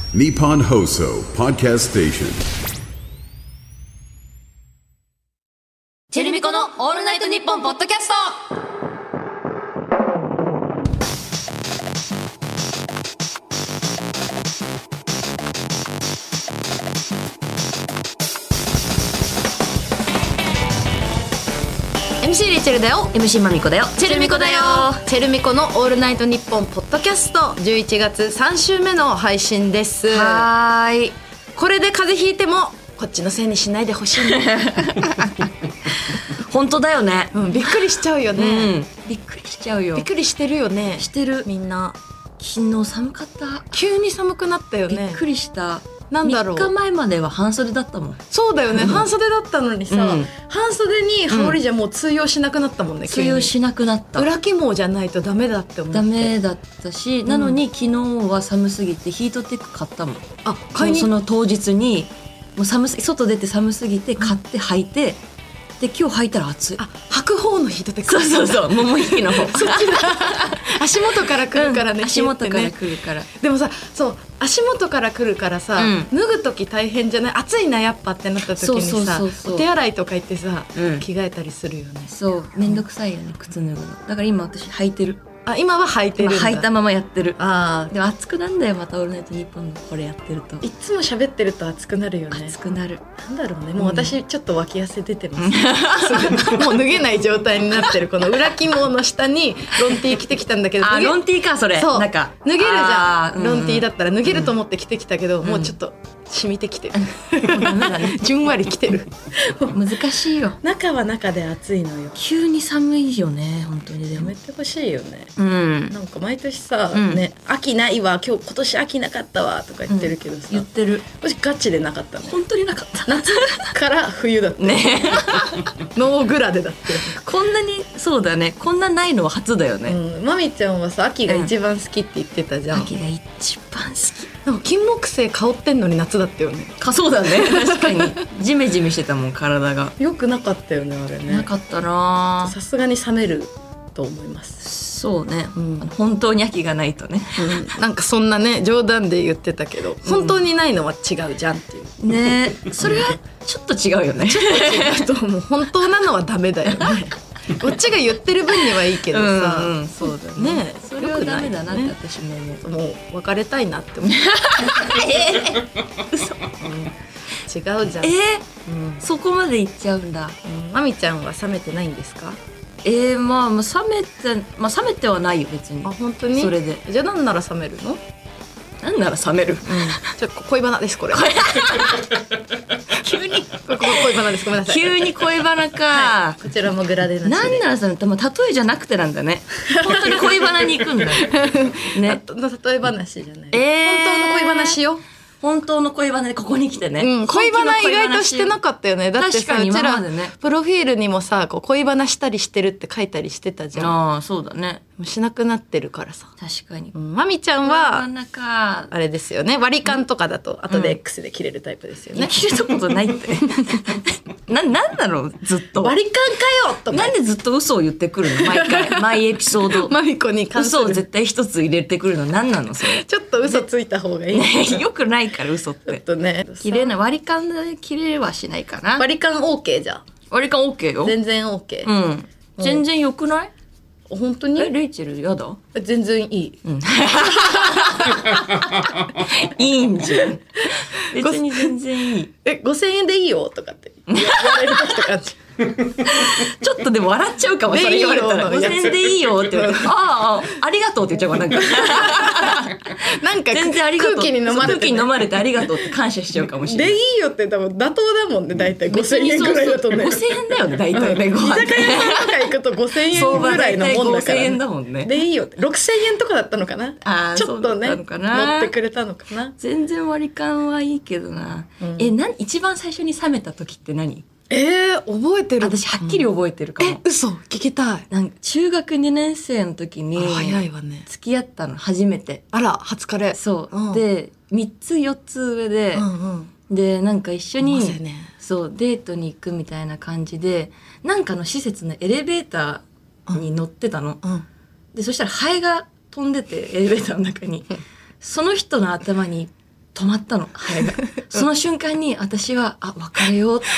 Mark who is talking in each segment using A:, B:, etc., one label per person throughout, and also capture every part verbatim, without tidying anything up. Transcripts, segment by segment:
A: Nippon Hoso Podcast Station。
B: チェルミコのオールナイトニッポンポッドキャスト。エムシー リチェルだよ。
C: エムシー マミコだよ。
B: チェルミコだよ。チェルミコのオールナイトニッポンポッドキャストじゅういちがつさん週目の配信です。
C: はーい。
B: これで風邪ひいてもこっちのせいにしないでほしいね。
C: 本当だよね、
B: うん、びっくりしちゃうよね、
C: うん、びっくりしちゃうよ。
B: びっくりしてるよね。
C: してる。
B: みんな
C: 昨日寒かった。
B: 急に寒くなったよね。
C: びっくりした。
B: なんだろう、
C: みっかまえまでは半袖だったもん。
B: そうだよね、半袖だったのにさ、
C: うん、
B: 半袖に羽織じゃもう通用しなくなったもんね、うん、
C: 通用しなくなった。
B: 裏肝じゃないとダメだって思って。
C: ダメだったし、なのに昨日は寒すぎてヒートテック買ったもん。
B: あ、買いに。
C: その当日にもう寒す外出て寒すぎて買って履いて、で今日履いたら暑い。
B: あ、履く方のヒートテック。
C: そうそうそう、桃引きの方。そっちだ。
B: 足元から来るからね、
C: うん、足元から来るから、ね。
B: でもさ、そう足元から来るからさ、うん、脱ぐ時大変じゃない？暑いなやっぱってなった時にさ、そうそうそうそう、お手洗いとか行ってさ、うん、着替えたりするよね。
C: そう、めんどくさいよね、靴脱ぐの。だから今私履いてる。
B: あ、今は履いてるんだ。
C: 履いたままやってる。
B: あ、
C: でも暑くなんだよ、またオールナイトニッポンのこれやってると。
B: いつも喋ってると暑くなるよね。
C: 暑くなる。
B: なんだろうね、もう私ちょっと脇汗出てます、うん、もう脱げない状態になってる。この裏肝の下にロンティー着てきたんだけど、
C: あ、ロンティーかそれ。
B: そう、
C: なんか
B: 脱げるじゃん、うん、ロンティーだったら脱げると思って着てきたけど、うん、もうちょっと染みてきてる、うん、ダメだね。じゅんわりきてる。
C: 難しいよ。
B: 中は中で暑いのよ。
C: 急に寒いよね、本当に。でも
B: やめてほしいよね、
C: うん、
B: なんか毎年さ、うん、ね、秋ないわ、今日今年秋なかったわとか言ってるけどさ、
C: うん、言ってる。
B: 私ガチでなかったね。
C: 本当になかった。
B: 夏から冬だったね。ノーグラデだって
C: こんなに。そうだね、こんなないのは初だよね、
B: うん、マミちゃんはさ、秋が一番好きって言ってたじゃん、
C: うん、秋が一番好き。
B: なんか金木犀香ってんのに夏だったよね。
C: か、そうだね。確かにジメジメしてたもん、体が。
B: よくなかったよね、あれね。
C: なかったな。
B: さすがに冷めると思います。
C: そうね、うん、本当に秋がないとね、
B: うん、なんかそんなね、冗談で言ってたけど、うん、本当にないのは違うじゃんっていう
C: ね。それはちょっと違うよね。
B: ちょっと違うと思う。本当なのはダメだよね。こっちが言ってる分にはいいけどさ、うん、うん、そうだね。ね、
C: それはダメだなって私も思う。
B: もう別れたいなって思う。
C: えー、嘘、うん、
B: 違うじゃん。
C: えーうん、そこまで言っちゃうんだ。
B: うん、まみちゃんは冷めてないんですか？
C: えー、まあ、まあ、冷めて、まあ、冷めてはないよ別に。
B: あ、本当に？
C: それで。
B: じゃあ何なら冷めるの？
C: なんなら冷める。うん、
B: じゃあ恋バナですこれ。急にこれ恋バナです。ごめんなさい。
C: 急に恋バナか、
B: はい、こちらもグラデなしで。
C: なんならさ、まあ、例えじゃなくてなんだね。本当に恋バナに行くんだね。
B: 例え話じゃない、
C: えー、
B: 本当の恋話よ。
C: 本当の恋バナでここに来てね、
B: うん、恋バナ意外としてなかったよね。だってさ、うちらプロフィールにもさ、こう恋バナしたりしてるって書いたりしてたじゃん。
C: ああ、そうだね。
B: もうしなくなってるからさ。
C: 確かに、
B: うん、まみちゃんは
C: あ
B: れですよね、割り勘とかだと後で X で切れるタイプですよね。
C: 切れたことないってな、なんだろう、ずっと
B: 割り勘かよとか。
C: なんでずっと嘘を言ってくるの、毎回毎エピソード。
B: まみこに関する
C: 嘘を絶対一つ入れてくるの何なのそれ。
B: ちょっと嘘ついた方がいい、
C: ね、よくないから嘘って。
B: ちょっとね、
C: 切れない。割り勘で切れはしないかな。
B: 割り勘 OK じゃん。
C: 割り勘 OK よ。
B: 全然 OK。
C: うん。全然良くない？
B: 本当に？
C: え、レイチェルやだ？
B: 全然いい。うん、
C: いいんじゃん。別に全然いい。
B: え、ごせんえんでいいよとかって言われる時とか。
C: ちょっとでも笑っちゃうかも、それ言われたら。ごせんえんでいいよって言われて、ああ、ありがとうって言っちゃうかなんか。
B: なんか
C: 全然ありがとう。
B: 空気に飲まれて、ね、
C: 空気に飲まれてありがとうって感謝しちゃうかもしれない。
B: でいいよって多分妥当だもんね、大体ごせんえんくらいだとね。
C: ごせんえんだよね、大体ね、ご飯。
B: 居酒屋さんとか行くとごせんえんぐらいのもんだから、ね。ごせんえんだもんね。でいいよって。ろくせんえんとかだったのかな。あ、ちょっとね、乗ってくれたのかな。
C: 全然割り勘はいいけどな。うん、え、な、一番最初に冷めた時って何？
B: えー、覚えてる。
C: 私はっきり覚えてるかも。
B: うん、え、嘘、聞きたい。
C: なんか中学にねん生の時に
B: 早いわね、
C: 付き合ったの初めて。
B: あら、初彼。
C: そう、うん、でみっつよっつ上で、うんうん、でなんか一緒に、ね、そうデートに行くみたいな感じで、なんかの施設のエレベーターに乗ってたの、うん、でそしたらハエが飛んでてエレベーターの中にその人の頭に止まったのハエがその瞬間に私はあ別れようって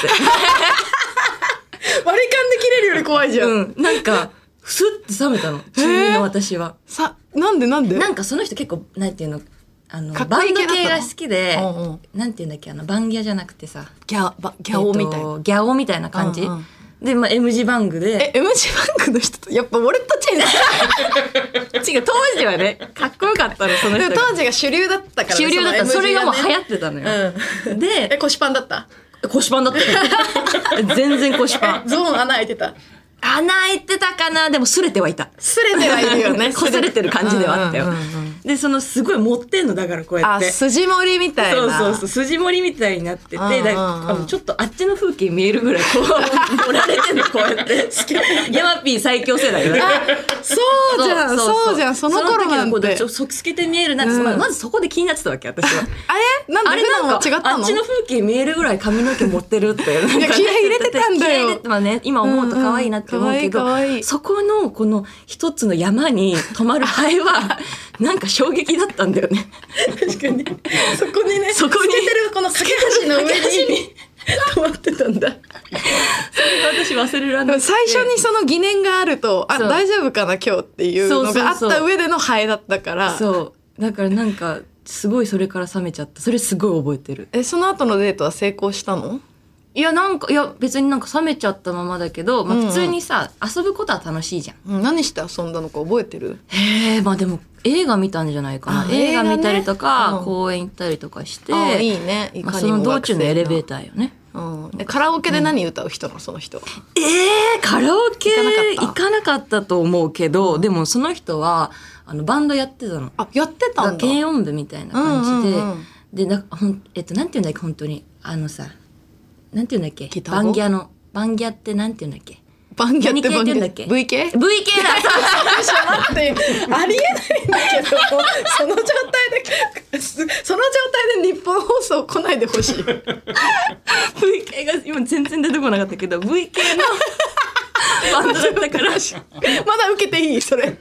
B: 割り勘で切れるより怖いじゃん、
C: うん、なんかスッて冷めたの中二の私は。
B: さなんでなんで
C: なんかその人結構なんていうのあの
B: かっこ
C: バンド
B: いい系だったの
C: 系が好きで、
B: うんうん、
C: なんていうんだっけあのバンギャじゃなくてさ
B: ギャバギャオみたいな、
C: えーとギャオみたいな感じ、
B: うんうん
C: で、まあ、エムジバングで
B: え エムジバングの人とやっぱ俺とチェンジ
C: 違う当時はねかっこよかったのその人が
B: でも当時が主流だったから、ね、
C: 主流だった
B: そ,
C: それがもう流
B: ね、
C: 行ってたのよ、
B: うん、
C: で
B: え腰パンだった
C: 腰パンだったよ全然腰パン
B: ゾーン穴開いてた
C: 穴開いてたかなでも擦れてはいた
B: 擦れてはいるよね
C: 擦れてる感じではあったよ、
B: うんうんうんうん、
C: でそのすごい持ってんのだからこうやって
B: あ筋盛りみたいな
C: そうそうそう筋盛りみたいになってて、うんうんうん、だあのちょっとあっちの風景見えるぐらいこう盛られてんのこうやってヤマピー最強世代よね
B: そうじゃんそうじゃんその頃なんて
C: その時は透けて見えるなって、うん、まずそこで気になってたわけ私は
B: あれなんで
C: あれなんか
B: 違ったの
C: あっちの風景見えるぐらい髪の毛持ってるって
B: いや気合い入れてたんだよ
C: 気合い入れて、まあね、今思うと可愛いなって思うけど、うんうん、かわいいかわいいそこのこの一つの山に止まるハエはなんか衝撃だったんだよね
B: 確かにそこにね
C: そこに
B: 透けてるこの架け橋の上に止まってたんだ
C: それが私忘れられない
B: 最初にその疑念があるとあ大丈夫かな今日っていうのがあった上でのハエだったから
C: そうだからなんかすごいそれから冷めちゃったそれすごい覚えてる
B: えその後のデートは成功したの
C: いやなんかいや別になんか冷めちゃったままだけど、まあ、普通にさ、うんうん、遊ぶことは楽しいじゃん、
B: うん、何して遊んだのか覚えてる
C: へえまあでも映画見たんじゃないかな映画見たりとか、うん、公園行ったりとかして
B: あいいねいかにも、
C: まあ、その道中のエレベーターよね、
B: うん、カラオケで何歌う人なの、うん、その人は
C: えー、カラオケ行かなかったと思うけど、うん、でもその人はあのバンドやってたの
B: あやってたんだ
C: 軽音部みたいな感じで、うんうんうん、でなほんえっとなんていうんだっけ本当にあのさなんていうんだっけバンギャのバンギャってなんていうんだっけ
B: バンギャって
C: 何系って言うんだっけ
B: ブイケー?
C: ブイケー だ
B: ちょっと待ってありえないんだけどその状態でその状態で日本放送来ないでほしい ブイ
C: ケー が今全然出てこなかったけど ブイケー のバンドだったから
B: まだ受けていいそれもう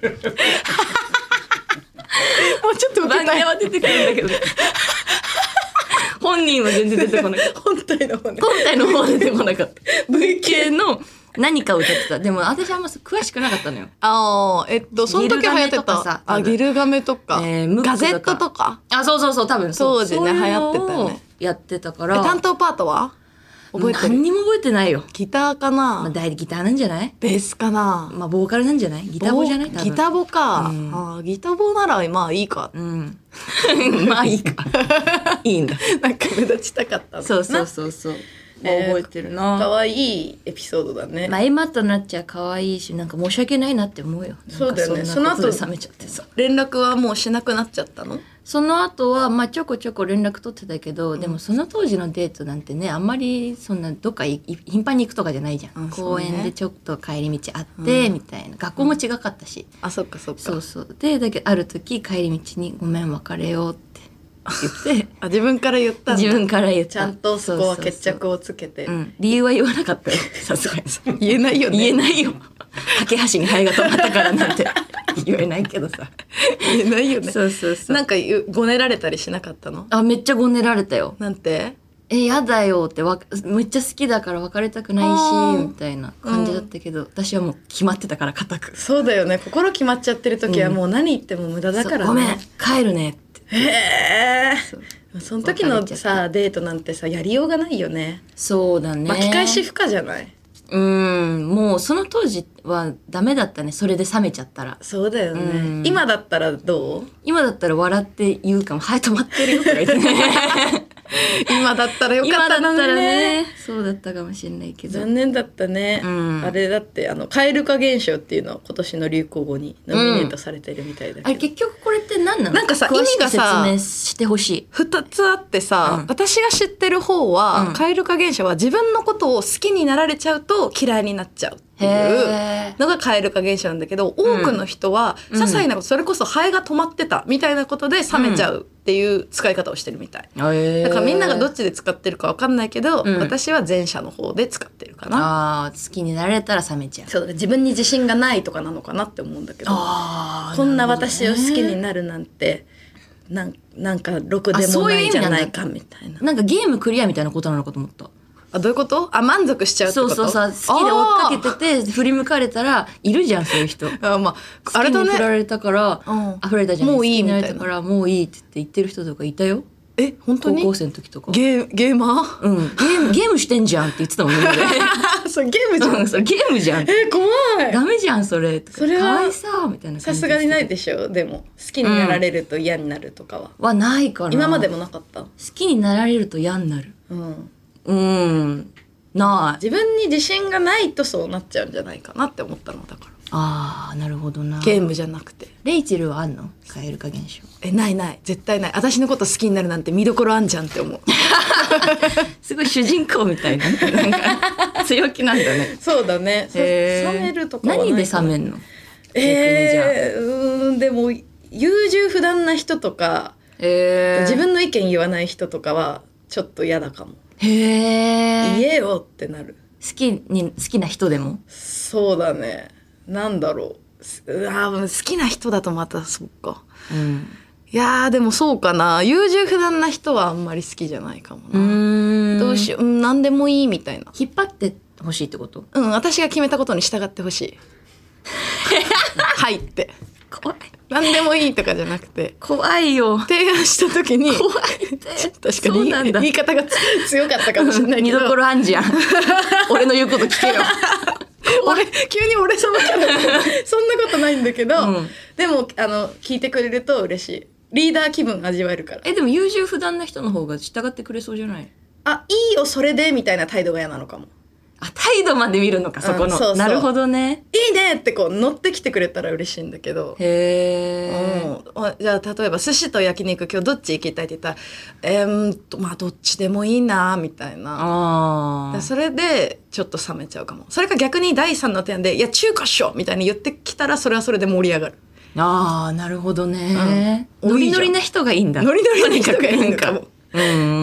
B: ちょっと受けたい
C: バンギャは出てくるんだけど本人は全然出てこなかった
B: 本体の方ね
C: 本体の方は出てこなかった ブイケー の何かを歌ってたでも私あんま詳しくなかったのよ
B: ああえっとその時流行ってたあギルガメとか、えー、ガゼットとか
C: あそうそうそう多分
B: 当時ね流行ってたよね
C: やってたから
B: 担当パートは覚えてる
C: 何にも覚えてないよ
B: ギターかな、
C: まあ、大ギターなんじゃない
B: ベースかな
C: まあボーカルなんじゃないギターボじゃない
B: ギターボか、うん、あギターボならまあいいか
C: うんまあいいかいいんだ
B: なんか目立ちたかったの
C: そうそうそうそう覚えてるな、
B: えー、かわいいエピソードだね
C: まあ今となっちゃ可愛いしなんか申し訳ないなって思うよ
B: そうだよね
C: その後冷めちゃってさ
B: 連絡はもうしなくなっちゃったの
C: その後はまあちょこちょこ連絡取ってたけど、うん、でもその当時のデートなんてねあんまりそんなどっか頻繁に行くとかじゃないじゃん、うん、公園でちょっと帰り道あって、うん、みたいな学校も違かったし、
B: うん、あそっかそっか
C: そうそうでだけどある時帰り道にごめん別れようって言って
B: あ自分から言ったんだ
C: 自分から言った
B: ちゃんとそこは決着をつけて
C: そうそうそう、うん、理由は言わなかったよさすがに
B: 言えないよね
C: 言えないよ架け橋にハエが止まったからなんて言えないけどさ
B: 言えないよね
C: そうそうそう
B: なんかごねられたりしなかったの
C: あめっちゃごねられたよ
B: なんて
C: えやだよってわめっちゃ好きだから別れたくないしみたいな感じだったけど、うん、私はもう決まってたから固く
B: そうだよね心決まっちゃってる時はもう何言っても無駄だからね、
C: ごめん帰るねって
B: へえ そ, その時のさデートなんてさやりようがないよね
C: そうだね
B: 巻き返し不可じゃない
C: うんもうその当時はダメだったねそれで冷めちゃったら
B: そうだよね今だったらどう
C: 今だったら笑って言うかもはい止まってるよとか言ってね
B: 今だったらよかったのにね。今だったらね
C: そうだったかもしれないけど
B: 残念だったね、うん、あれだってあの蛙化現象っていうのは今年の流行語にノミネートされてるみたいだけど、
C: うん、あれ結局これって何なの
B: なんかさ意味がさ
C: 説明してほしい
B: ふたつあってさ、うん、私が知ってる方は、うん、蛙化現象は自分のことを好きになられちゃうと嫌いになっちゃうっていうのが蛙化現象なんだけど、多くの人は些細なこと、それこそハエが止まってたみたいなことで冷めちゃうっていう使い方をしてるみたい、うん、だからみんながどっちで使ってるか分かんないけど、うん、私は前者の方で使ってるかな。
C: あ好きになられたら冷めちゃう。
B: そうだ、自分に自信がないとかなのかなって思うんだけど、こんな私を好きになるなんてなんなんかろくでもないじゃないかみたいな。
C: なんかゲームクリアみたいなことなのかと思った。
B: あ、どういうこと？あ、満足しちゃうってこと？
C: そうそうそう。好きで追っかけてて振り向かれたらいるじゃん、そういう人。
B: あ、まあ、
C: あれだね。好きに振られたから、
B: うん、
C: あ、振られたじゃん。
B: もういいみたいな。
C: 好きになれたからもういいって言って言ってる人とかいたよ。
B: え、本当に？
C: 高校生の時とか。
B: ゲー、ゲーマー？
C: うん。ゲーム、ゲームしてんじゃんって言ってたもんね。
B: そう、ゲームじゃん。
C: うん、それゲームじゃん。
B: え、怖い。
C: ダメじゃん、それ。
B: それは。
C: かわいさみたいな感じ。
B: さすがにないでしょ。でも、好きになられると嫌になるとかは。
C: うん、はないかな。
B: 今までもなかった。
C: 好きになられると嫌になる。
B: うん。
C: うん。ない。
B: 自分に自信がないとそうなっちゃうんじゃないかなって思ったのだから。
C: ああ、なるほどな。
B: ゲームじゃなくて。
C: レイチェルはあんの？蛙化現象。
B: え、ないない。絶対ない。私のこと好きになるなんて見どころあんじゃんって思う。
C: すごい主人公みたいな。なんか強気なんだね。
B: そうだね。冷めるとかはない。
C: 何で冷めんの？
B: えー、うーん、でも優柔不断な人とか、えー、自分の意見言わない人とかはちょっと嫌だかも。
C: へえ。
B: 言えよってなる。
C: 好きに好きな人でも？
B: そうだね。なんだろう。うわ、好きな人だとまたそっか。
C: うん、
B: いやーでもそうかな。優柔不断な人はあんまり好きじゃないかもな。うーん、どうしよう、うん、何でもいいみたいな。
C: 引っ張ってほしいってこと？
B: うん、私が決めたことに従ってほしい。はいって。
C: 怖い。
B: 何でもいいとかじゃなくて。
C: 怖いよ。
B: 提案した時に。
C: 怖いって。
B: 確かに言い方が強かったかもしれないけど。
C: 見どころあんじゃん。俺の言うこと聞けよ。
B: 俺急に俺様からそんなことないんだけど、うん、でもあの聞いてくれると嬉しい。リーダー気分味わえるから。
C: え、でも優柔不断な人の方が従ってくれそうじゃない？
B: あ、いいよそれでみたいな態度が嫌なのかも。
C: あ、態度まで見るのか、そこの、うん、そうそう、なるほどね。
B: いいねってこう乗ってきてくれたら嬉しいんだけど。
C: へ
B: ー、うん、じゃあ例えば寿司と焼肉今日どっち行きたいって言ったらえー、んとまあどっちでもいいなみたいな。あ、それでちょっと冷めちゃうかも。それか逆に第三の提案でいや中華っしょみたいに言ってきたらそれはそれで盛り上がる。
C: あー、なるほどね、うん、ノリノリな人がいいんだ。
B: ノリノリな人がいいのかも。
C: うん、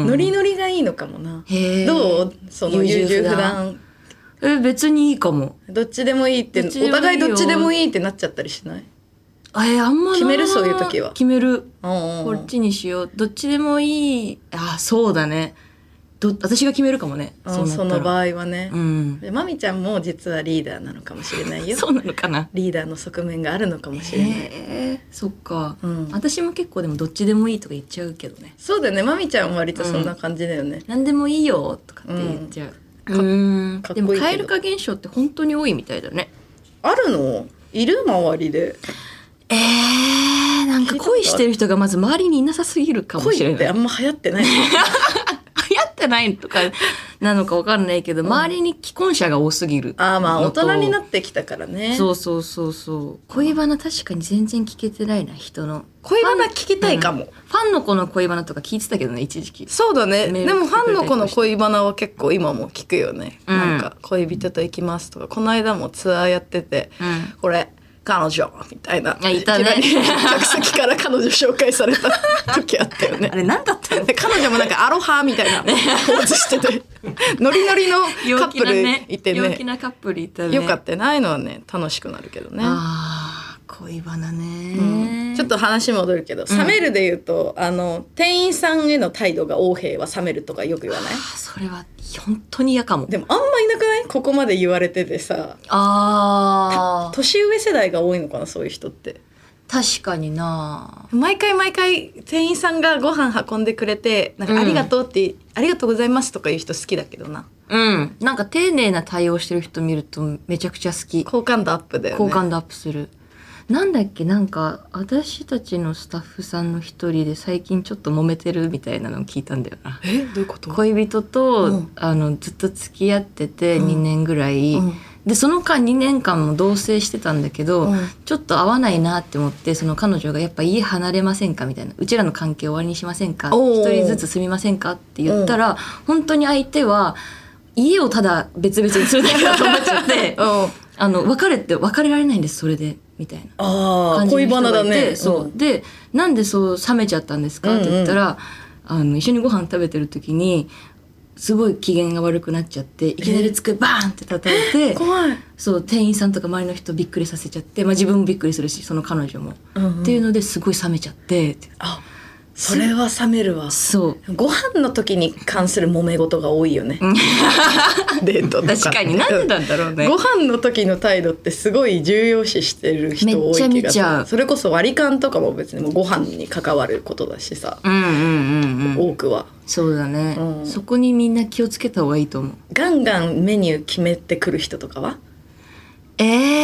B: ノリノリがいいのかもな。へー、どう？その優柔不断。
C: え、別にいいかも。
B: どっちでもいいって、お互いどっちでもいいってなっちゃったりしない？
C: あ、え、あんまな。
B: 決める？そういう時は
C: 決める。こっちにしよう。どっちでもいい。あ、そうだね。ど私が決めるかもね。
B: そ, その場合はね、
C: うん、
B: まみちゃんも実はリーダーなのかもしれないよ。
C: そうなのかな。
B: リーダーの側面があるのかもしれない。
C: えー、そっか、うん、私も結構でもどっちでもいいとか言っちゃうけどね。
B: そうだよね。まみちゃんは割とそんな感じだよね、うん、
C: 何でもいいよとかって言っちゃう、うん、かかっこいいけど。でも蛙化現象って本当に多いみたいだね。
B: あるの？いる？周りで。
C: えー、なんか恋してる人がまず周りにいなさすぎるかもしれない。
B: 恋ってあんま流行ってない。
C: 流行ってないとかなのか分かんないけど、うん、周りに既婚者が多すぎる。
B: ああ、まあ大人になってきたからね。
C: そうそうそうそう。恋バナ確かに全然聞けてないな、人の。
B: 恋バナ聞きたいかも、うん、
C: ファンの子の恋バナとか聞いてたけどね、一時期。
B: そうだね。でもファンの子の恋バナは結構今も聞くよね、うん、なんか恋人と行きますとか。この間もツアーやってて、うん、これ彼女みたいな。
C: いたね。
B: 客席から彼女紹介された時あったよね。
C: あれ何だったの？
B: 彼女もなんかアロハみたいなポーズしてて、ノリノリのカップルいてね。
C: 陽気なカップルいたね。
B: よかったね。ああいうのはね楽しくなるけどね。
C: ああ、恋バナね、
B: うん。ちょっと話戻るけど、冷めるで言うと、うん、あの店員さんへの態度が横柄は冷めるとかよく言わない？
C: それは本当に嫌かも。
B: でもあんまいなくない？ここまで言われててさ。
C: ああ。
B: 年上世代が多いのかな、そういう人って。
C: 確かにな。
B: 毎回毎回店員さんがご飯運んでくれて、なんかありがとうって、うん、ありがとうございますとかいう人好きだけどな。
C: うん。なんか丁寧な対応してる人見るとめちゃくちゃ好き。
B: 好感度アップだよね。
C: 好感度アップする。なんだっけ、なんか私たちのスタッフさんの一人で最近ちょっと揉めてるみたいなのを聞いたんだよな。
B: え、どういうこと？
C: 恋人と、うん、あのずっと付き合っててにねんぐらい、うんうん、でその間にねんかんも同棲してたんだけど、うん、ちょっと合わないなって思って、その彼女がやっぱ家離れませんかみたいな、うちらの関係終わりにしませんか、一人ずつ住みませんかって言ったら、本当に相手は家をただ別々にするだけだと思っちゃってあの別れて別れられないんです、それでみたいな感じの人がいて。恋バナだね。そう、うん、でなんでそう冷めちゃったんですかって言ったら、うんうん、あの一緒にご飯食べてる時にすごい機嫌が悪くなっちゃって、いきなり机バーンって叩いて、
B: 怖い。
C: そう店員さんとか周りの人びっくりさせちゃって、まあ、自分もびっくりするしその彼女も、うんうん、っていうのですごい冷めちゃってって。
B: あ、 それは冷めるわ。
C: そう
B: ご飯の時に関する揉め事が多いよねデートとか。
C: 確かになんでなんだろうね。
B: ご飯の時の態度ってすごい重要視してる人多い気がする。
C: めっちゃ見ちゃう。
B: それこそ割り勘とかも別にもうご飯に関わることだしさ、
C: うんうんうんうん、
B: 多くは
C: そうだね、うん、そこにみんな気をつけた方がいいと思う。
B: ガンガンメニュー決めてくる人とかは
C: え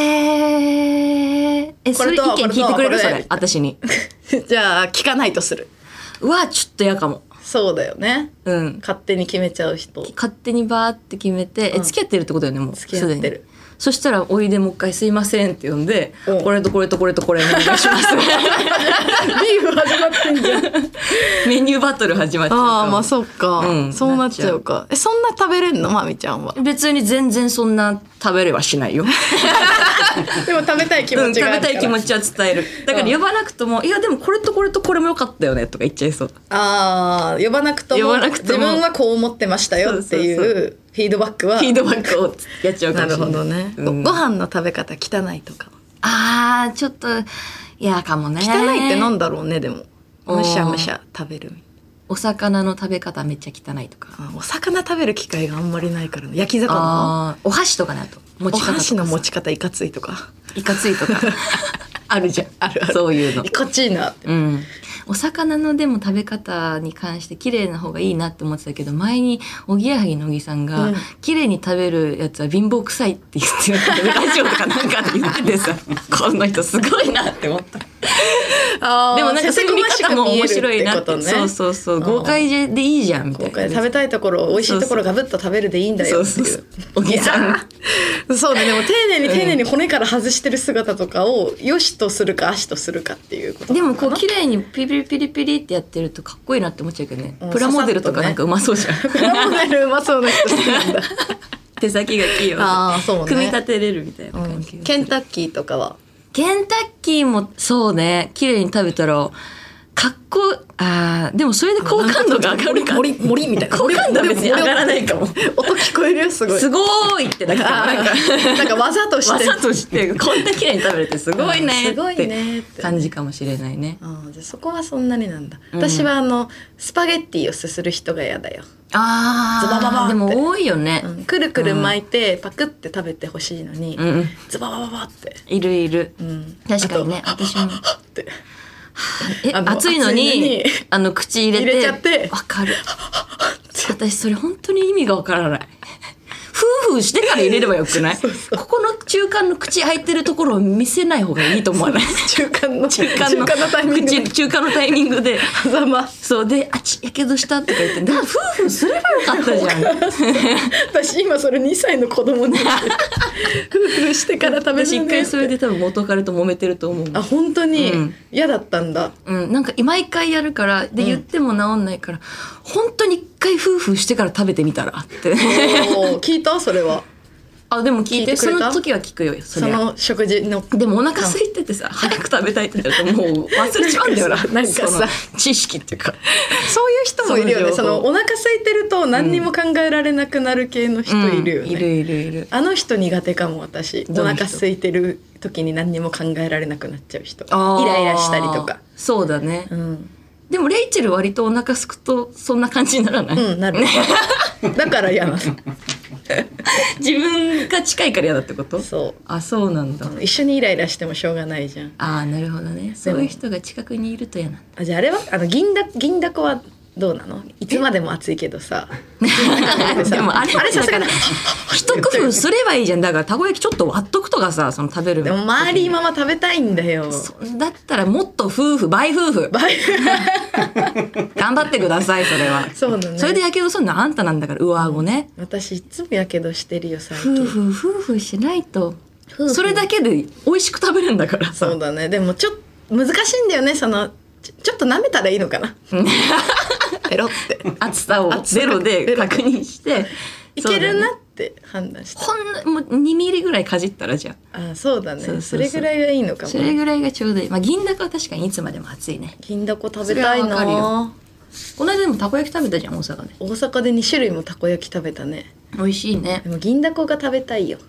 C: ー、えそれ意見聞いてくれるそれ私に
B: じゃあ聞かないとする。
C: うわちょっと嫌かも。
B: そうだよね、うん、勝手に決めちゃう人。
C: 勝手にバーって決めて、うん、え付き合ってるってことだよねもう。
B: 付き合ってる。
C: そしたらおいでもう一回すいませんって呼んで、うん、これとこれとこれとこれお願いしますビー
B: フ始まってんじゃん
C: メニューバトル始まっちゃうか。
B: ああまあそっか、うん、そうなっちゃうか。えそんな食べれんのまみちゃんは。
C: 別に全然そんな食べれはしないよ
B: でも食べたい気持ちがあるから、うん、
C: 食べたい気持ちは伝える。だから呼ばなくとも、うん、いやでもこれとこれとこれもよかったよねとか言っちゃいそう。
B: ああ呼ばなくとも自分はこう思ってましたよっていうフィードバックは
C: フィードバックをやっちゃうかもしれない。
B: なるほどね、うん、ご飯の食べ方汚いとか。
C: あーちょっと嫌かもね。
B: 汚いってなんだろうね。でもむしゃむしゃ食べる。
C: お魚の食べ方めっちゃ汚いとか。
B: あお魚食べる機会があんまりないから、ね、焼き魚
C: あお箸とかね。あと持ち方とか
B: お箸の持ち方いかついとか
C: いかついとかあるじゃん。
B: あるある
C: そういうの
B: いかちいなって、
C: うん、お魚のでも食べ方に関して綺麗な方がいいなって思ってたけど、前におぎやはぎのぎさんが、うん、綺麗に食べるやつは貧乏臭いって言ってラジオとかなんかで言っててさこの人すごいなって思ったあでもなんかそういう見方も面白いなって、ね、そうそうそう豪快でいいじゃんみたいな。
B: 食べたいところ美味しいところガブッと食べるでいいんだよっていう
C: おぎさん
B: そうね。でも丁寧に丁寧に骨から外してる姿とかを良しとするか悪しとするかっていうこと。
C: でもこう綺麗にピリピリピリってやってるとかっこいいなって思っちゃうけどね、うん、プラモデルとかなんかうまそうじゃん、ね、
B: プラモデルうまそうな人好きなんだ
C: 手先が器用で
B: あそう、ね、
C: 組み立てれるみたいな感じ、
B: うん、ケンタッキーとかは
C: ケンタッキーもそうね綺麗に食べたらかっこあでもそれで好感度が上がるか
B: 森森みたいな
C: 好感度は別に上がらないかも
B: 音聞こえるよすごい
C: すごいってだからなんか
B: なんかわざとして
C: わざとしてこんな綺麗に食べれてすごいね
B: すごいね
C: って感じかもしれないね。
B: あじゃあそこはそんなになんだ、うん、私はあのスパゲッティをすする人が嫌だよ。
C: あズバババでも多いよね、
B: うん、くるくる巻いてパクって食べてほしいのに、うん、ズババババって
C: いるいる、うん、確かにね私もってえ熱いのにあの口入れて
B: 入れちゃって
C: わかる私それ本当に意味がわからない夫婦してから入れればよくないそうそうここの中間の口開いてるところを見せない方がいいと思わない
B: 中間の
C: 中間の
B: タイミングで
C: 中間のタイミングで
B: 狭間
C: そうであちやけどしたとか言ってでも夫婦すればよかったじゃん
B: 私今それにさいの子供に夫婦してから食べる
C: 私一回それで多分元彼と揉めてると思う。
B: あ本当に、うん、嫌だったんだ。
C: うんなんか毎回やるからで言っても治んないから、うん、本当に一回夫婦してから食べてみたらって
B: お聞いたそれは。
C: あでも聞いてその時は聞くよそれ
B: その食事の
C: でもお腹空いててさ早く食べたいってなるともう忘れちゃうんだよな
B: なんかさ
C: 知識っていうか
B: そういう人もいるよね。そのお腹空いてると何にも考えられなくなる系の人いるよね、
C: うんうん、いるいるいる。
B: あの人苦手かも私。お腹空いてる時に何にも考えられなくなっちゃう人イライラしたりとか。
C: そうだね、うん、でもレイチェル割とお腹すくとそんな感じにならない？
B: うんなるだから嫌なの
C: 自分が近いから嫌だってこと？
B: そう
C: あそうなんだ。
B: 一緒にイライラしてもしょうがないじゃん。
C: あなるほどね。そういう人が近くにいると嫌なんだ。
B: あじゃああれはあの銀だ銀だこはどうなの？いつまでも暑いけどさ
C: でもあれあれさすがに一工夫すればいいじゃん。だからたこ焼きちょっと割っとくとかさその食べる
B: でも周りまま食べたいんだよ。
C: そだったらもっと夫婦倍夫婦
B: 倍
C: 頑張ってくださいそれは。
B: そうだね。
C: それでやけどするのあんたなんだから上顎ね、
B: うん、私いつもやけどしてるよ最近。
C: 夫婦夫婦しないとそれだけで美味しく食べるんだからさ。
B: そうだね。でもちょっと難しいんだよね。そのちょ、ちょっと舐めたらいいのかなペロって
C: 厚さをゼロで確認して
B: いけるなって判断して、
C: ほんのもうにミリぐらいかじったらじゃ
B: ああそうだね。そうそうそうそれぐらいがいいのかも。
C: それぐらいがちょうどいい。まあ銀だこは確かにいつまでも熱いね。
B: 銀だこ食べたいな。
C: この間でもたこ焼き食べたじゃん大阪で。
B: 大阪でに種類もたこ焼き食べたね。
C: 美味しいね。
B: でも銀だこが食べたいよ。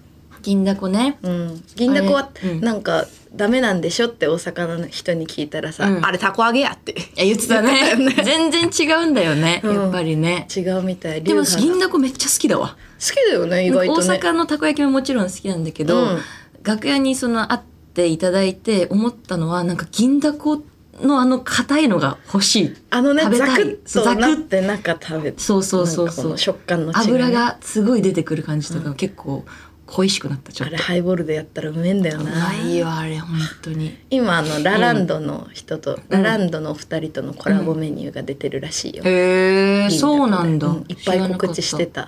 C: 銀だこね、
B: うん、銀だこはなんかダメなんでしょって大阪の人に聞いたらさ、うん、あれたこ揚げやって
C: 言ってた ね, ね全然違うんだよね、うん、やっぱりね
B: 違うみたい。
C: でも銀だこめっちゃ好きだわ。
B: 好きだよね意外とね。
C: 大阪のたこ焼きももちろん好きなんだけど、うん、楽屋にその会っていただいて思ったのはなんか銀だこのあの硬いのが欲しい。
B: あのねザクッとなって中食べて、
C: そうそうそうそう、
B: 食感の違い、ね、
C: 油がすごい出てくる感じとか、うん、結構恋しくなった。ちょっと
B: あれハイボールでやったらうめえんだよな。
C: いいよあれ本当に。
B: 今あのラランドの人と、うん、ラランドのお二人とのコラボメニューが出てるらしいよ、
C: うん、へえそうなんだ、うん、
B: いっぱい告知してた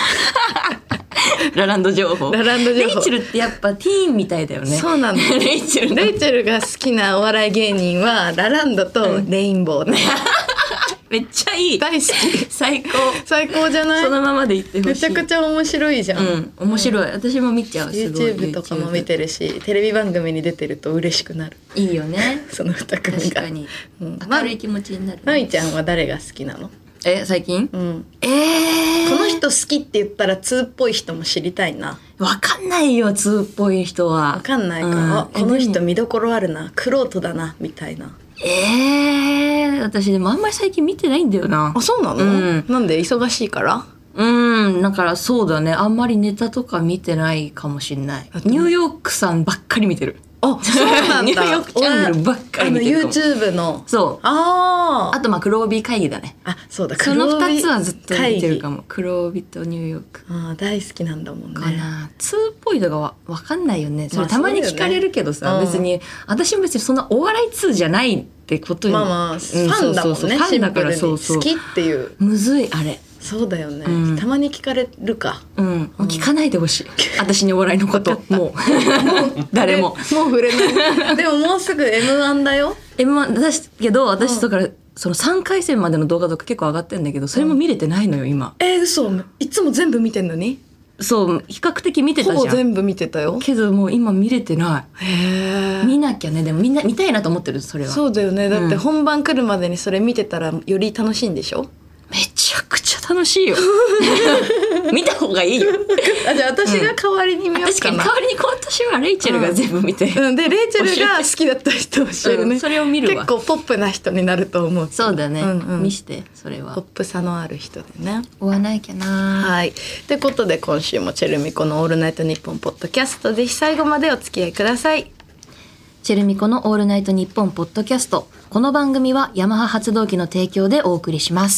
C: ラランド情報。
B: ラランド情報。
C: レイチェルってやっぱティーンみたいだよね。
B: そうなんだ
C: レイチェル
B: レイチェルが好きなお笑い芸人はラランドとレインボーね、
C: うん、めっちゃいい。
B: 大好き。
C: 最高
B: 最高じゃない。
C: そのままで言ってほしい。
B: めちゃくちゃ面白いじゃん、
C: うん、面白い、うん、私も見ちゃう。すごい
B: YouTube とかも見てるしテレビ番組に出てると嬉しくなる。
C: いいよね
B: その二組が。
C: 確かに、うん、明るい気持ちになる、ね。
B: まみちゃんは誰が好きなの？
C: え最近、
B: うん、
C: えー、
B: この人好きって言ったらツーっぽい人も知りたいな。
C: わかんないよツーっぽい人は。
B: わかんないか、うん、あこの人見どころあるな玄人だなみたいな。
C: えー、私でもあんまり最近見てないんだよな。
B: あそうなの、うん、なんで忙しいから？うん
C: だからそうだねあんまりネタとか見てないかもしれない。ニューヨークさんばっかり見てる。
B: あそうなんだ
C: ニューヨークチャンネルばっかり見てるかも。
B: YouTube の
C: そうああとまあ黒帯会議だね。
B: あそうだ
C: そのふたつはずっと見てるかも。黒帯とニューヨーク
B: あ大好きなんだもんね。
C: かなツーっぽいのがわかんないよね。それたまに聞かれるけどさ、まあね、別に私も別にそんなお笑いツーじゃないってことに
B: まあまあファンだもんね、うん、そうそうそうファンだからそうそう好きっていう
C: むずいあれ。
B: そうだよね、
C: うん、
B: たまに聞かれるか、
C: うん、もう聞かないでほしい私にお笑いのこともうもう誰ももう
B: 触れないでももうすぐ エムワン だよ。
C: エムワン だしけど私だから、うん、そのさんかい戦までの動画とか結構上がってんだけどそれも見れてないのよ今、
B: うん、えー、嘘いつも全部見てんのに。
C: そう比較的見てたじゃん。
B: ほぼ全部見てたよ
C: けどもう今見れてない。
B: へ
C: 見なきゃね。でもみんな見たいなと思ってるそれは。
B: そうだよねだって本番来るまでにそれ見てたらより楽しいんでしょ。
C: めちゃくちゃ楽しいよ見た方がいいよ
B: あじゃあ私が代わりに見ようかな、うん、
C: 確かに代わりに今年はレイチェルが全部見て、
B: うん、でレイチェルが好きだった人を教えるね、
C: うん、それを見るわ。
B: 結構ポップな人になると思う。
C: そうだね、うんうん、見してそれは
B: ポップさのある人でね
C: 追わなきゃな。
B: はいということで今週もチェルミコのオールナイトニッポンポッドキャストぜひ最後までお付き合いください。
C: チェルミコのオールナイトニッポンポッドキャスト。この番組はヤマハ発動機の提供でお送りします。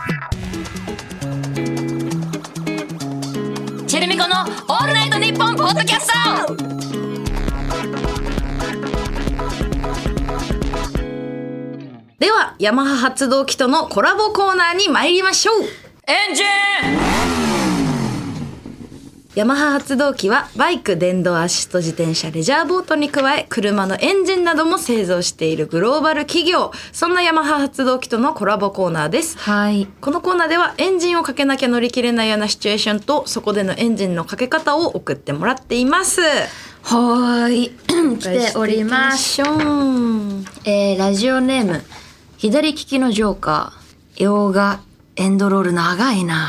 C: チェルミコのオールナイトニッポンポッドキャスト。
B: ではヤマハ発動機とのコラボコーナーに参りましょう。
C: エンジン。
B: ヤマハ発動機はバイク、電動アシスト自転車、レジャーボートに加え車のエンジンなども製造しているグローバル企業。そんなヤマハ発動機とのコラボコーナーです、
C: はい、
B: このコーナーではエンジンをかけなきゃ乗り切れないようなシチュエーションとそこでのエンジンのかけ方を送ってもらっています。
C: はい来ております。えー、ラジオネーム左利きのジョーカー。洋画エンドロール長いな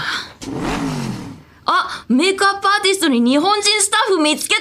C: あ、メイクアップアーティストに日本人スタッフ見つけた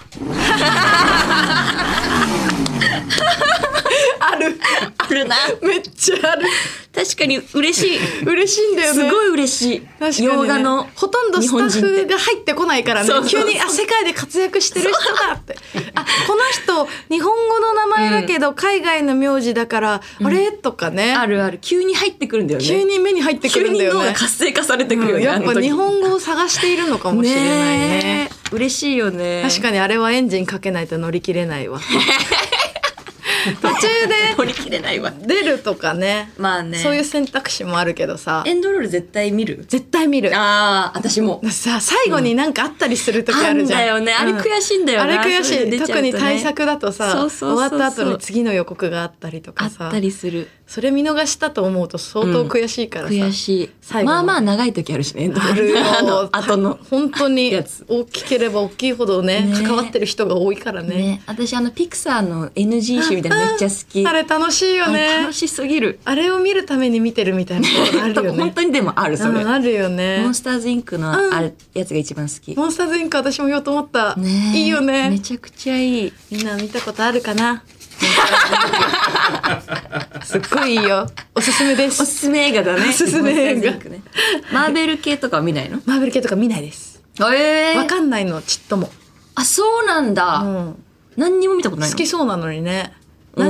B: ある
C: あるな
B: めっちゃある。
C: 確かに嬉しい
B: 嬉しいんだよね。
C: すごい嬉しい。確かに、ね、洋画の
B: ほとんどスタッフが入ってこないからね。
C: そうそうそう
B: 急にあ世界で活躍してる人だってあこの人日本語の名前だけど、うん、海外の名字だから、うん、あれとかね
C: あるある急に入ってくるんだよね。
B: 急に目に入ってくるんだよね。
C: 急に脳が活性化されてくるよね、うん、
B: やっぱ日本語を探しているのかもしれない ね, ね
C: 嬉しいよね。
B: 確かにあれはエンジンかけないと乗り切れないわ途中で
C: 乗り切れないわ
B: 出るとかね。
C: まあね
B: そういう選択肢もあるけどさ。
C: エンドロール絶対見る。
B: 絶対見る。
C: ああ私も
B: さ最後になんかあったりする時あるじゃん、
C: うん、あんだよね、うん、あれ悔しいんだよな。
B: あれ悔しい、ね、特に対策だとさ
C: そうそうそうそう
B: 終わった後に次の予告があったりとかさ
C: あったりする。
B: それ見逃したと思うと相当悔しいからさ、
C: うん、悔しい。まあまあ長い時あるしね。
B: あるよ
C: あとの
B: 本当に大きければ大きいほど ね, ね関わってる人が多いから ね, ね
C: 私あのピクサーの エヌジー 集みたいめっちゃ好き。
B: あれ楽しいよね。
C: 楽しすぎる。
B: あれを見るために見てるみたいなことあるよね。
C: 本当にでもあるそれ、
B: うん、あるよね。
C: モンスターズインクのあれ、うん、やつが一番好き。
B: モンスターズインク私も言おうと思った、
C: ね、
B: いいよね。
C: めちゃくちゃいい。
B: みんな見たことあるかな。すっごいいいよ。おすすめです。
C: おすすめ映画だね。
B: おすすめ映画、
C: ね、マーベル系とかは見ないの？
B: マーベル系とか見ないです。
C: えー、
B: わかんないのちっとも。
C: あ、そうなんだ、うん、何にも見たことないの？
B: 好きそうなのにね、うん、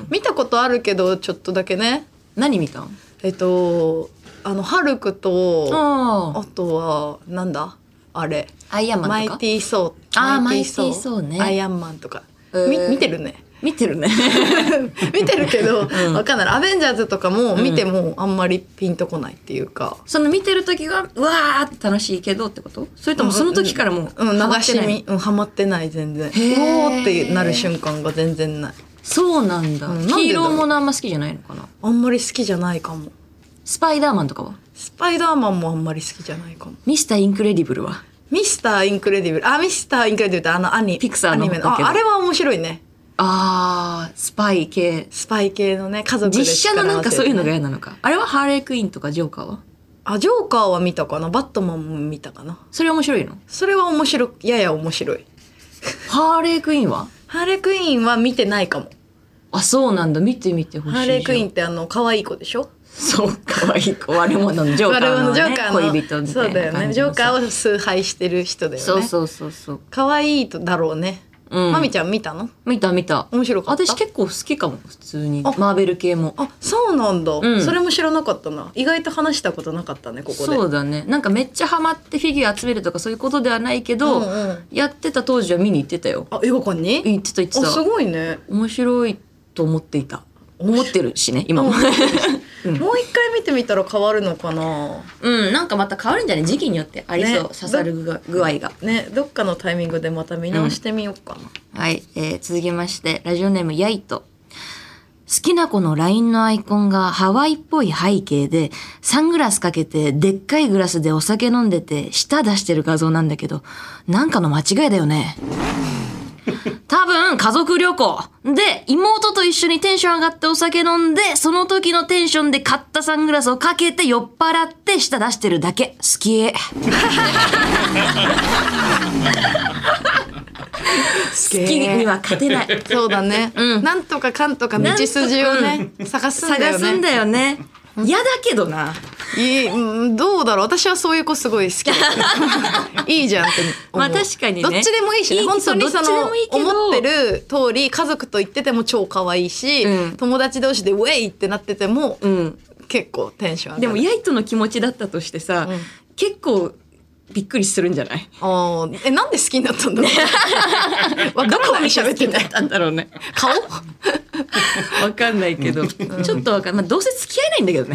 B: 見たことあるけどちょっとだけね。
C: 何見たん？
B: えっとあのハルクと あ, あとはなんだあれ
C: アイアンマンとか
B: マイティーソー。
C: あーマイティーソーね。
B: アイアンマンとか、えー、み見てるね。
C: 見てるね
B: 見てるけど、うん、わかんない。アベンジャーズとかも見てもあんまりピンとこないっていうか、うん、
C: その見てる時はうわーって楽しいけどってこと？それともその時からもう、
B: うん、流し見、うん、ハマってない全然。うおーってなる瞬間が全然ない。そうなんだ、うん、
C: ヒーローものあんま好きじゃないのかな？
B: あんまり好きじゃないかも。
C: スパイダーマンとかは？
B: スパイダーマンもあんまり好きじゃないかも。
C: ミスターインクレディブルは？
B: ミスターインクレディブル、あミスターインクレディブルってあのアニ
C: ピクサーの
B: アニメの あ, あれは面白いね。
C: あースパイ系
B: スパイ系のね、家族で
C: 実写のなんかそういうのが嫌なのか。あれはハーレークイーンとかジョーカーは？
B: あジョーカーは見たかな。バットマンも見たかな。
C: それ面白いの？
B: それは面白い、やや面白い。
C: ハーレークイーンは？
B: ハーレークイーンは見てないかも。
C: あそうなんだ、見てみてほしい。
B: ハーレークイーンってあの可愛い子でしょ。
C: そう可愛い子、悪者のジョーカーの、ね、恋人みたいな感じの。
B: そうだよね、ジョーカーを崇拝してる人だよね。
C: そうそうそうそう。可
B: 愛いだろうね。うん、まみちゃん見たの？
C: 見た見た。
B: 面白かった？
C: 私結構好きかも、普通に。マーベル系も。
B: あ、そうなんだ、うん、それも知らなかったな。意外と話したことなかったね、ここで。
C: そうだね。なんかめっちゃハマってフィギュア集めるとかそういうことではないけど、うんうん、やってた当時は見に行ってたよ。
B: あ、映画館に？
C: 行ってた行ってた。
B: あ、すごいね。
C: 面白いと思っていた。思ってるしね、今も。うん、
B: もう一回見てみたら変わるのかな。
C: うん、なんかまた変わるんじゃない？時期によってありそう、ね、刺さる具合が
B: ね。どっかのタイミングでまた見直してみようかな、
C: うん、はい、えー、続きましてラジオネームやいと。好きな子の ライン のアイコンがハワイっぽい背景でサングラスかけてでっかいグラスでお酒飲んでて舌出してる画像なんだけど、なんかの間違いだよね。多分家族旅行で妹と一緒にテンション上がってお酒飲んで、その時のテンションで買ったサングラスをかけて酔っ払って舌出してるだけ。好き。好きには勝てない。
B: そうだね、うん、なんとかかんとか道筋をね、うん、探すんだよね。
C: 探すんだよね。嫌だけどな。
B: いい、どうだろう。私はそういう子すごい好きだいいじゃんって思う。
C: まあ確かにね。
B: どっちでもいいしね。いい本当にその思ってる通り家族と言ってても超可愛いし、うん、友達同士でウェイってなってても、うん、結構テンション上がる。
C: でもヤイトの気持ちだったとしてさ、うん、結構びっくりするんじゃない？
B: あえなんで好きになったんだろう。わかんない喋ってたんだろうね。顔？
C: わかんないけど、うん、ちょっとわかんない。まあ、どうせ付き合えないんだけどね。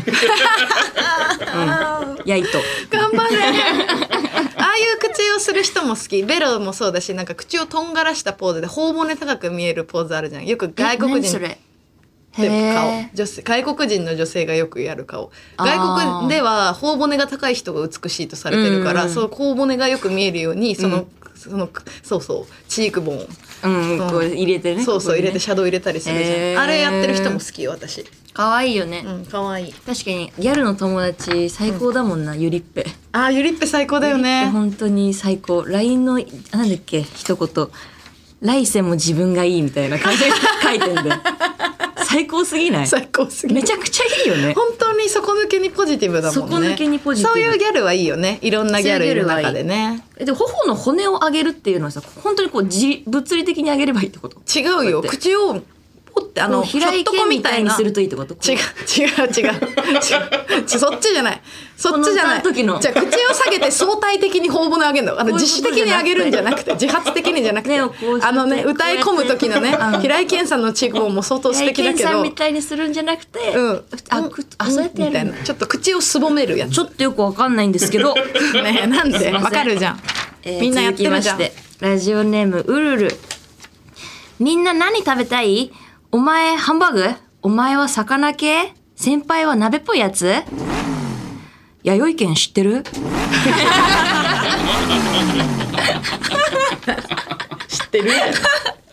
C: うん、やいと。
B: 頑張れ。ああいう口をする人も好き。ベロもそうだし、なんか口をとんがらしたポーズで頬骨高く見えるポーズあるじゃん。よく外国人。
C: それ。
B: で顔女性外国人の女性がよくやる顔。外国では頬骨が高い人が美しいとされてるから、うんうん、その頬骨がよく見えるようにその、うん、そのそうそうチークボーン、
C: うんうん、こう入れてね。
B: そうそう、
C: ね、
B: 入れてシャドウ入れたりするじゃん。あれやってる人も好きよ私。
C: 可愛いよね。
B: うん、可愛い。
C: 確かにギャルの友達最高だもんな、うん、ゆりっぺ。
B: あゆりっぺ最高だよね。
C: 本当に最高。ライン のなんだっけ一言。来世も自分がいいみたいな感じで書いてんで。最高すぎない？最高すぎる。めちゃくちゃいいよね。
B: 本当に底抜けにポジティブだもんね。
C: 底抜けにポジティブ。
B: そういうギャルはいいよね。いろんなギャルいる中でね。
C: で頬の骨を上げるっていうのはさ、本当にこうじ物理的に上げればいいってこと？
B: 違うよ。口をポってあの
C: 平井堅みたいにするといいってこと？
B: 違う違う違う違う。そっちじゃない。そっちじゃない。じゃあ口を下げて相対的に頬骨上げるの。あの自主的に上げるんじゃなくて、自発的にじゃなくて、あのね歌い込む時のね、平井堅さんのチークボーンも相当素敵だけど、平井堅さん
C: みたいにするんじゃなくて、
B: うん、
C: ああそうやってやるみたいな。
B: ちょっと口をすぼめるやつ。
C: ちょっとよくわかんないんですけど、
B: ねなんでわかるじゃん。
C: えー、みんなやってるじゃん。続きましてラジオネームうるる。みんな何食べたい？お前ハンバーグ？お前は魚系？先輩は鍋っぽいやつ？弥生県知ってる？知
B: ってる？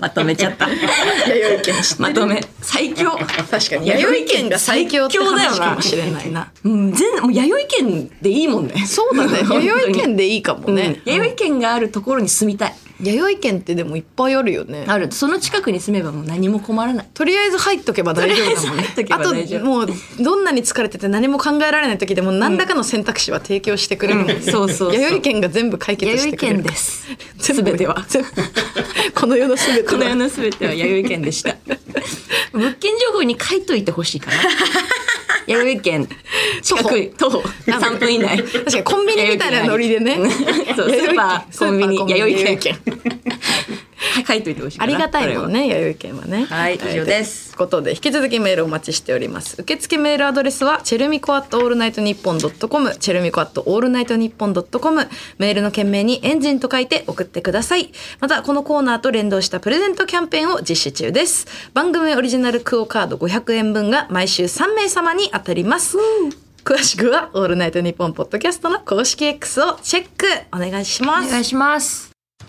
C: まとめちゃった
B: 弥生県知ってる
C: まとめ最強
B: 確かに弥生県が最強って話かもしれないな
C: うん、全もう弥生県でいいもんね
B: そうだね弥生県でいいかもね、
C: うん、弥生県があるところに住みたい。
B: 弥生県ってでもいっぱいあるよね。
C: ある。その近くに住めばもう何も困らない。
B: とりあえず入っとけば大丈夫だもんね。あともうどんなに疲れてて何も考えられない時でも何らかの選択肢は提供してくれるもんね、うん、
C: そうそうそう。
B: 弥生県が全部解決してくれる。
C: 弥生県です。全ては
B: この世の全ては
C: この世の全ては弥生県でした。物件情報に書いといてほしいかな。弥生県近く徒歩さんぷん以内。
B: 確かにコンビニみたいなノリでね。
C: そうスーパーコンビニ弥生県書いといてほしいかな。
B: ありがたいもんね弥生県はね。
C: はい以上です。
B: ということで引き続きメールお待ちしております。受付メールアドレスはチェルミコアットオールナイトニッポンドットコムチェルミコアットオールナイトニッポンドットコムメールの件名にエンジンと書いて送ってください。またこのコーナーと連動したプレゼントキャンペーンを実施中です。番組オリジナルクオカードごひゃくえんぶんが毎週さんめいさまに当たります。詳しくはオールナイトニッポンポッドキャストの公式 X をチェックお願いします。
C: お願いします。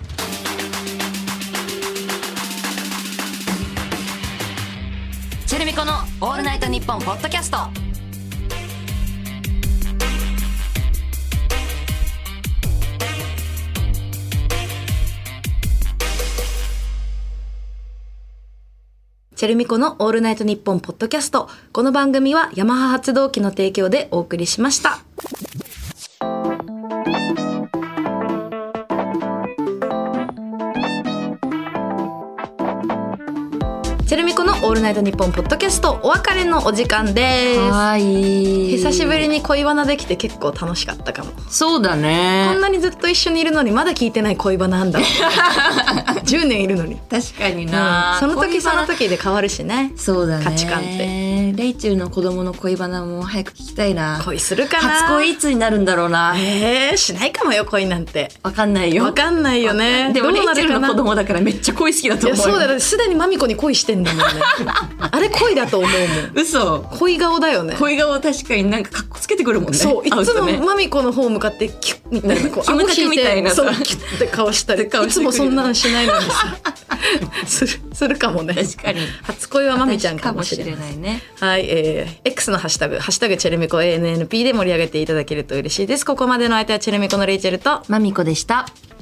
C: チェルミコのオールナイトニッポンポッドキャスト。
B: チェルミコのオールナイトニッポンポッドキャスト。この番組はヤマハ発動機の提供でお送りしました。チェルミコのオールナイトニッポンポッドキャストお別れのお時間です。
C: はい。
B: 久しぶりに恋バナできて結構楽しかったかも。
C: そうだね。
B: こんなにずっと一緒にいるのにまだ聞いてない恋バナなんだじゅうねんいるのに。
C: 確かにな、
B: うん、その時その時で変わるしね。
C: そうだね。
B: 価値観って
C: レイチェルの子供の恋バナも早く聞きたいな。
B: 恋するかな。
C: 初恋いつになるんだろうな。
B: えー、しないかもよ恋なんて。
C: わかんないよ。
B: わかんないよね。
C: でもレイチェルの子供だからめっちゃ恋好きだと思うよ。
B: いやそうだよ。すでにマミコに恋してんだもんねあれ恋だと思うもん。
C: 嘘。
B: 恋顔だよね。
C: 恋顔確かになんかカッコつけてくるもんね。
B: そういつもマミコの方向かってキュッみたいなこう
C: キムタクみたいな
B: そうキュッて顔したりいつもそんなのしないのにさするするかもね。
C: 確かに
B: 初恋はマミちゃんかもしれない。
C: かもしれないね。
B: はい、えー、X のハッシュタグハッシュタグチェルミコ エーエヌエヌピー で盛り上げていただけると嬉しいです。ここまでの相手はチェルミコのレイチェルと
C: マミコでした。